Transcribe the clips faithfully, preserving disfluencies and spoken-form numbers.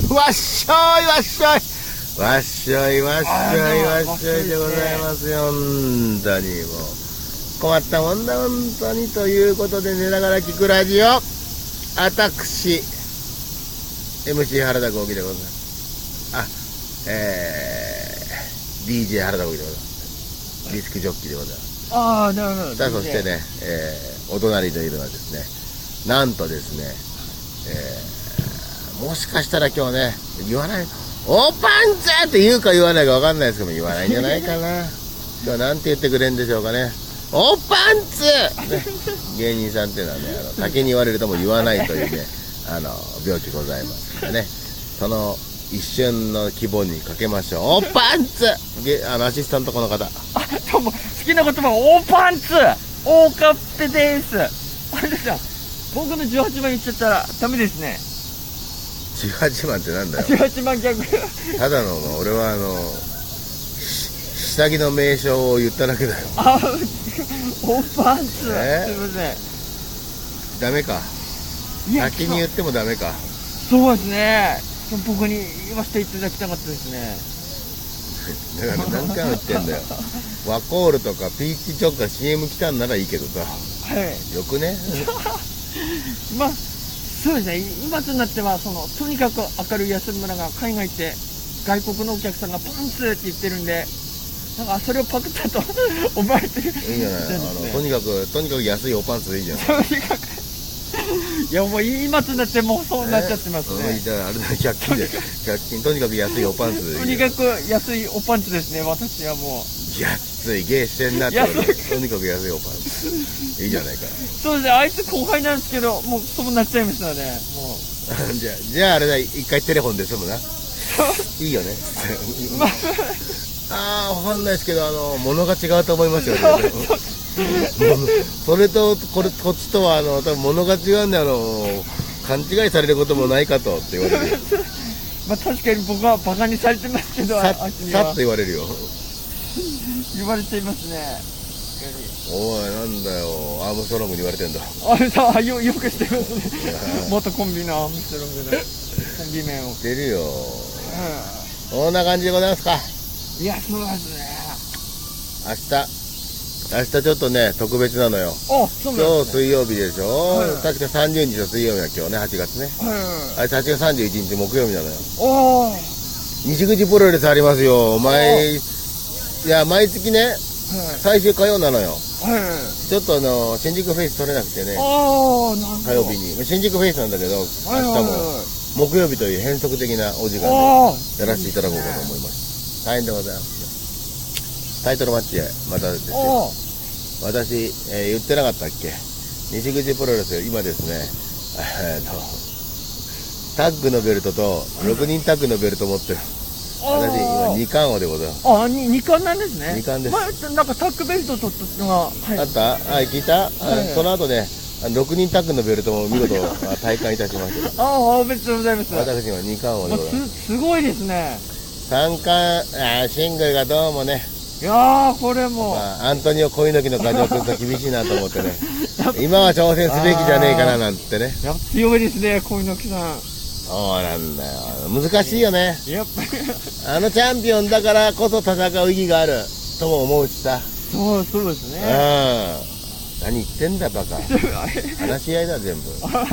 わっしょいわっしょいわっしょいわっしょいわっしょいでございますよ。本当にもう困ったもんだ本当に。ということで寝ながら聞くラジオ、私 エムシー 原田幸喜でございます。あ、えー、ディージェー 原田幸喜でございます。ディスクジョッキーでございます。 ああ、なるほど。 さあそしてね、えー、お隣というのはですね、なんとですね、えー、もしかしたら今日ね、言わない、おパンツって言うか言わないか分かんないですけども、言わないんじゃないかな。今日なんて言ってくれるんでしょうかね。おパンツ、ね、芸人さんっていうのはね、あの先に言われるとも言わないというね、あの病気ございますのでね、その一瞬の希望にかけましょう。おパンツ、あのアシスタントこの方。 あ、どうも好きな言葉おパンツ、おカッペです。あれじゃん、僕のじゅうはちばん言っちゃったらダメですね。 じゅうはちばんってなんだよ。 じゅうはちばんギャグ。 ただの俺はあの下着の名称を言っただけだよ。 あ、おパンツ、 えー、 すいません。 ダメか。先に言ってもダメか。 そうですね、僕に言わせていただきたかったですね。 だから何回も言ってんだよ。ワコールとかピーチチョコが シーエム 来たんならいいけどさ、 はい、 よくね。 まあそうですね、今となってはそのとにかく明るい安村が海外行って外国のお客さんがパンツって言ってるんで、なんかそれをパクったと思われてる。いいじゃない、あのとにかくとにかく安いおパンツでいいじゃん。 とにかくいやもう今となってもうそうなっちゃってますね。 じゃああれだ、ひゃく均でひゃく均、とにかく安いおパンツでいい。 とにかく安いおパンツですね、私はもう。 安い芸してんなって。とにかく安いおパンツいいじゃないか。 そうですね、あいつ後輩なんですけどもうそうなっちゃいましたね。もうじゃあじゃああれだ、一回テレフォンで済むな。いいよね。ああ分かんないですけど、あの物が違うと思いますよね。それとこれこっちとはあの多分物が違うんで、あの勘違いされることもないかとって言われる。 まあ確かに僕はバカにされてますけど、 ささっと言われるよ。 言われていますね。 おいなんだよ、アームストロングに言われてんだ。 あれさあ、よよくしてますね。元コンビのアームストロングでコンビ名を。 してるよ。こんな感じでございますか。 いやそうですね。 明日明日ちょっとね特別なのよ。 あ、そうなんですね。 今日水曜日でしょ、はい、確かさんじゅうにちの水曜日は今日ね、はちがつね、はい、あれはちがつさんじゅういちにち木曜日なのよ。お西口プロレスありますよ。毎いや毎月ね、はい、最終火曜なのよ。はい、ちょっとあの新宿フェイス取れなくてね、火曜日に新宿フェイスなんだけど、明日も木曜日という変則的なお時間でやらせていただこうかと思います。大変でございます。タイトルマッチまたですよ。私、えー、言ってなかったっけ、西口プロレス今ですね、えー、とタッグのベルトとろくにんタッグのベルト持ってる。私今に冠王でございます。 あ、にに冠なんですね。 に冠です。 前なんかタッグベルト取ったのが、はい、 あった、はい、聞いた、はい、その後ねろくにんタッグのベルトも見事体感いたしました。 ああ、おめでとうございます。 私今に冠王でございます。 す, すごいですね。 さん冠あシングルがどうもね、 いやーこれもう、 まあ、アントニオ恋の木の感情くんと厳しいなと思ってね今は挑戦すべきじゃねえかななんてね。 やっぱ強いですね、恋の木さん。 そうなんだよ、難しいよね。 やっぱりあのチャンピオンだからこそ戦う意義があるとも思うしさ。 そうそうですね。 うん、何言ってんだバカ話し合いだ全部。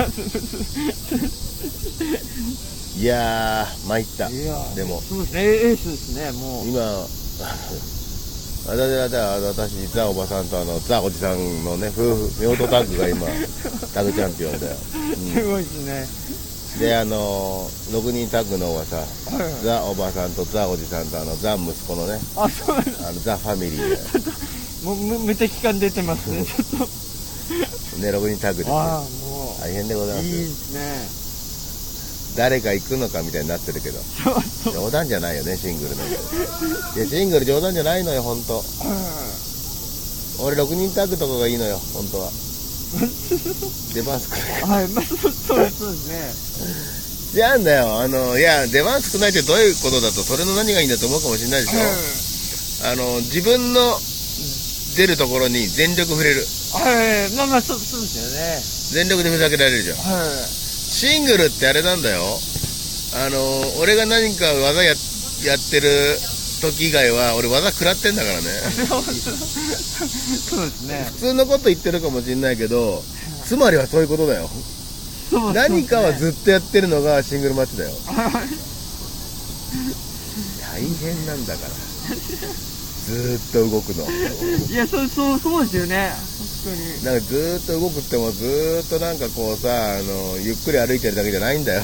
いやー参った。でもそうですね、エースですね。もう今私は私ザおばさんとあのザおじさんのね夫婦夫婦タッグが今タッグチャンピオンだよ、うん、 すごいですね。 であのろくにんタッグの方はさ、はいはい、ザおばさんとザおじさんとあのザ息子のね、 あ、そうなんです、 あのザファミリーでちょっともう無敵感出てますね。ちょっとね、 ろくにんタッグですよ。 あもう大変でございます。 いいですね。 誰か行くのかみたいになってるけど、冗談じゃないよねシングルの。いやシングル冗談じゃないのよ本当。俺ろくにんタッグとかがいいのよ本当は。出番少ない。 はい、まあそうそうですね。違うんだよ、あのいや出番少ないってどういうことだと、それの何がいいんだと思うかもしれないでしょ。あの自分の出るところに全力触れる。 はい、まあまあそうそうですよね。 全力でふざけられるじゃん。はい。シングルってあれなんだよ、ああの俺が何か技 や, やってる時以外は俺技食らってんだからね。 そうですね。 普通のこと言ってるかもしれないけど、つまりはそういうことだよ。 そう何かはずっとやってるのがシングルマッチだよ。大変なんだからずーっと動くの。 いや、そうそうそうですよね。本当に。 なんかずーっと動くってもずーっとなんかこうさ、あのゆっくり歩いてるだけじゃないんだよ。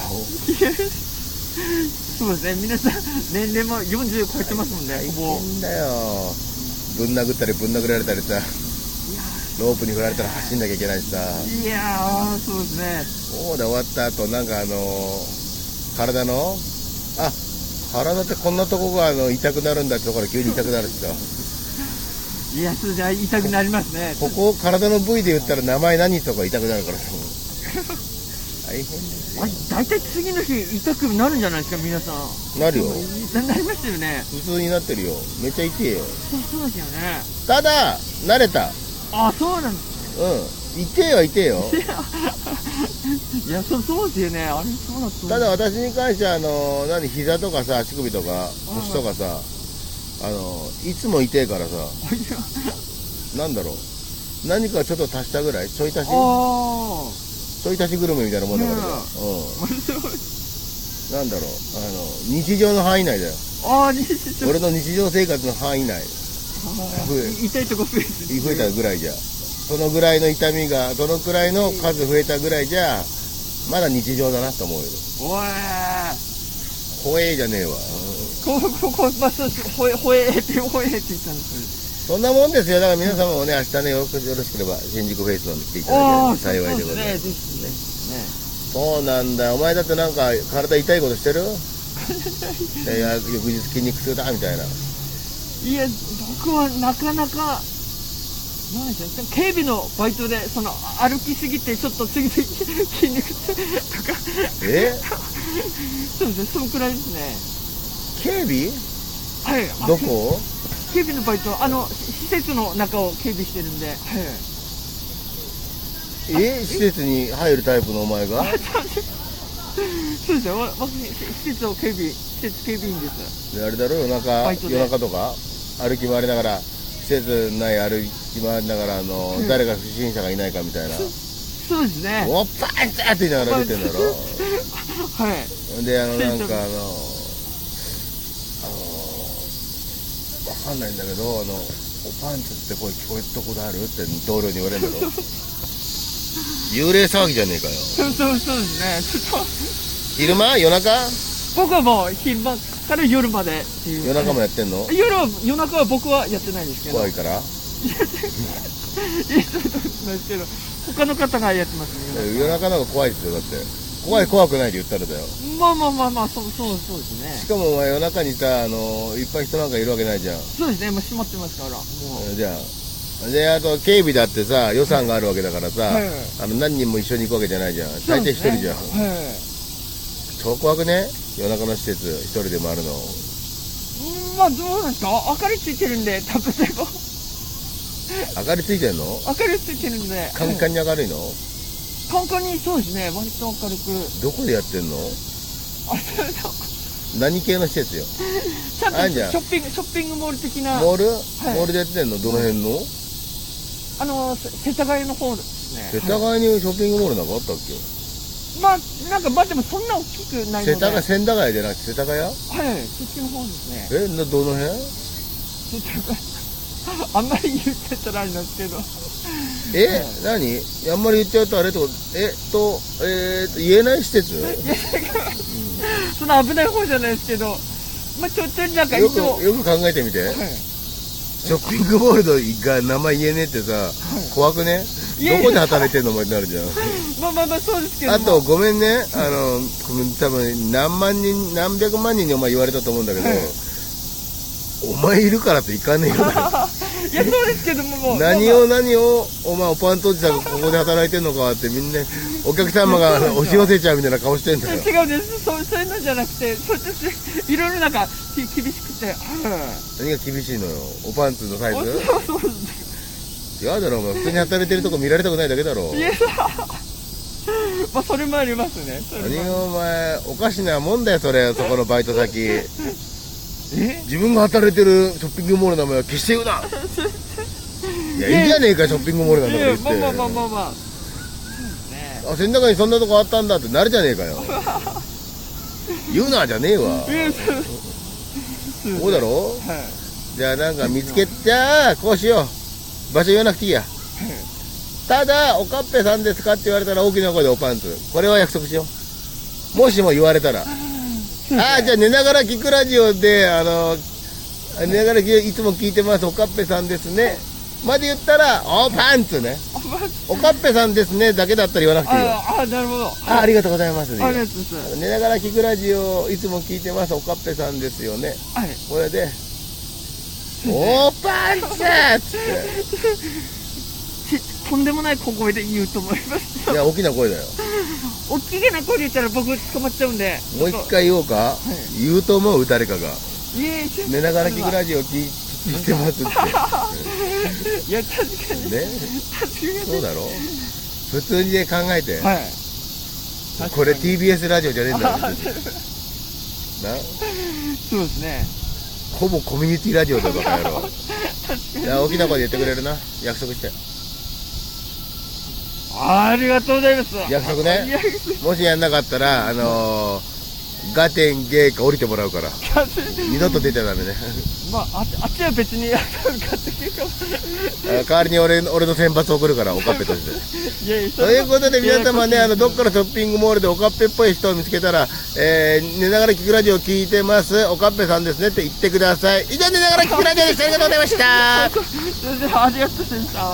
そうですね。皆さん年齢もよんじゅう超えてますもんね。 大変だよ。ぶん殴ったりぶん殴られたりさ、ロープに振られたら走んなきゃいけないしさ。 いやー、そうですね。 そうで終わった後、なんかあのー、体のあ体ってこんなとこがあの痛くなるんだってところから急に痛くなるしさ。 いや、それじゃ痛くなりますね。 ここ体の部位で言ったら名前何とか痛くなるからさ。大変ですよ。 あ、大体次の日痛くなるんじゃないですか、皆さん。 なるよ。 な, なりますよね。 普通になってるよ。めっちゃ痛いよ。 そうそうですよね。 ただ慣れた。 あ、そうなんです。 うん、痛えは痛えよ。 いや、そそうですよね。あれ、そうだった。 ただ私に関してはあの何膝とかさ足首とか腰とかさ、あのいつも痛えからさ、なんだろう、何かちょっと足したぐらい、ちょい足し、ちょい足しグルメみたいなもんだからさ、うん、なんだろう、あの日常の範囲内だよ。 ああ、日常。 俺の日常生活の範囲内。 痛いとこ増えて増えたぐらいじゃ、そのぐらいの痛みが、そのくらいの数増えたぐらいじゃまだ日常だなと思うよ。 おえーほえーじゃねえわ。 こここまたほえほえってほえって言ったんです。 そんなもんですよ。だから皆様もね、明日ね、よろしければ新宿フェイスのに来ていただければ幸いでございます。そうなんだよ。お前だってなんか体痛いことしてる？いや、翌日筋肉痛だみたいな。 いや、僕はなかなかなんでしょう、警備のバイトでその歩きすぎてちょっと次々筋肉痛とか。 え？ そうですね、そのくらいですね。 警備？ はい。 どこ？ 警備のバイト、あの施設の中を警備してるんで。はい、 え？施設に入るタイプのお前が？ そうですよ。私施設を警備、施設警備員です。 であれだろ、夜中夜中とか歩き回りながら、施設内歩き回りながら、あの、うん、誰か不審者がいないかみたいな。 そうですね。 おっぱいってって言いながら出てんだろ。 はい。 で、あのなんかあのあのわかんないんだけど、あのおパンツって声聞こえたことあるって同僚に言われるんだろ。幽霊騒ぎじゃねえかよ。 そうそうそうですね。昼間？夜中？ 僕はもう昼間から夜までっていう。 夜中もやってんの？ 夜は夜中は僕はやってないんですけど。 怖いから？いや、 そうなんですけど、他の方がやってますね。夜中の方が怖いですよ。だって怖い怖くないで言ったらだよ。 まあまあまあまあ、そうそうそうですね。 しかもお前夜中にさ、あのいっぱい人なんかいるわけないじゃん。 そうですね、もう閉まってますから。もうじゃあで、あと警備だってさ、予算があるわけだからさ、はい、あの何人も一緒に行くわけじゃないじゃん。大抵一人じゃん。はい、超怖くね？夜中の施設一人で回るの。 うん、まあどうなんですか。明かりついてるんで、多分でも。 明かりついてんの？ 明かりついてるんで。 カンカンに明るいの？ カンカンに、そうですね、割と明るく。 どこでやってんの？ あ、それと。 何系の施設よ。 ちゃんとショッピング、ショッピングモール的な。 モール？はい、モールでやってんの？どの辺の？ あの、世田谷の方ですね。 世田谷にショッピングモールなんかあったっけ？ まあ、なんか、まあでもそんな大きくないので。 世田谷、千駄ヶ谷でなくて世田谷？はい、 そっちの方ですね。 え、な、どの辺？ 世田谷。あんまり言っちゃったらあれなんですけど。 え、何？あんまり言っちゃうとあれと、えっと、えー、っと、言えない施設？いや、 そんな危ない方じゃないですけど、まあちょっとなんかよく、よく考えてみて。はい、ショッピングモールが名前言えねえってさ、はい、怖くね？どこで働いてんのお前になるじゃん。 まあまあまあそうですけど。 あとごめんね、あの多分何万人何百万人にお前言われたと思うんだけど、はい、お前いるからって行かねえよ。 いやそうですけども、もう何を何をお前おパンとおじさんがここで働いてんのかってみんなお客様が押し寄せちゃうみたいな顔してんだよ。 違うんです。そうそういうのじゃなくて、そうですいろいろなんか厳しくて、 何が厳しいのよ。おパンツのサイズ？ そうそうです。 違うだろ、お前普通に働いてるとこ見られたくないだけだろ。いやまあそれもありますね。 何お前おかしなもんだよそれ。そこのバイト先え自分が働いてるショッピングモールの名前は消して言うな。いやいいじゃねえかショッピングモールなんだから言って。 まあまあまあまあまあ、 あ、その中にそんなとこあったんだってなるじゃねえかよ。言うなじゃねえわ。そうだろ。じゃあなんか見つけちゃこうしよう。場所言わなくていいや。ただおかっぺさんですかって言われたら大きな声でおパンツ。これは約束しよう。もしも言われたら、ああじゃあ寝ながら聞くラジオであの寝ながらいつも聞いてますおかっぺさんですねまで言ったらおパンツね。おかっぺさんですねだけだったら言わなくていいよ。 ああなるほど。 あありがとうございます。 ありがとうございます。 寝ながら聞くラジオいつも聞いてますおかっぺさんですよね。 はい。 これでおパンツっつってとんでもない小声で言うと思います。 いや大きな声だよ。 大きげな声で言ったら僕捕まっちゃうんで。 もう一回言おうか、はい、言うと思う誰かが寝ながら聞くラジオ聞いてますっていや確かにね。 確かにそうだろ。普通にで考えて、 はい、 これ ティービーエス ラジオじゃねえんだよな。そうですね。 ほぼコミュニティラジオだぞバカ野郎。いや大きな声で言ってくれるな約束して。 ありがとうございます。 約束ね。もしやんなかったらあのー、ガテンゲーか降りてもらうから二度と出てはダメね。 まあ、あ, あっちは別にやったのかっていうか代わりに 俺, 俺の選抜送るからおかっぺとしていやいやということで皆様ねあのどっかのショッピングモールでおかっぺっぽい人を見つけたら、えー、寝ながら聞くラジオ聞いてますおかっぺさんですねって言ってください。以上寝ながら聞くラジオでした。ありがとうございました。 ありがとうございました。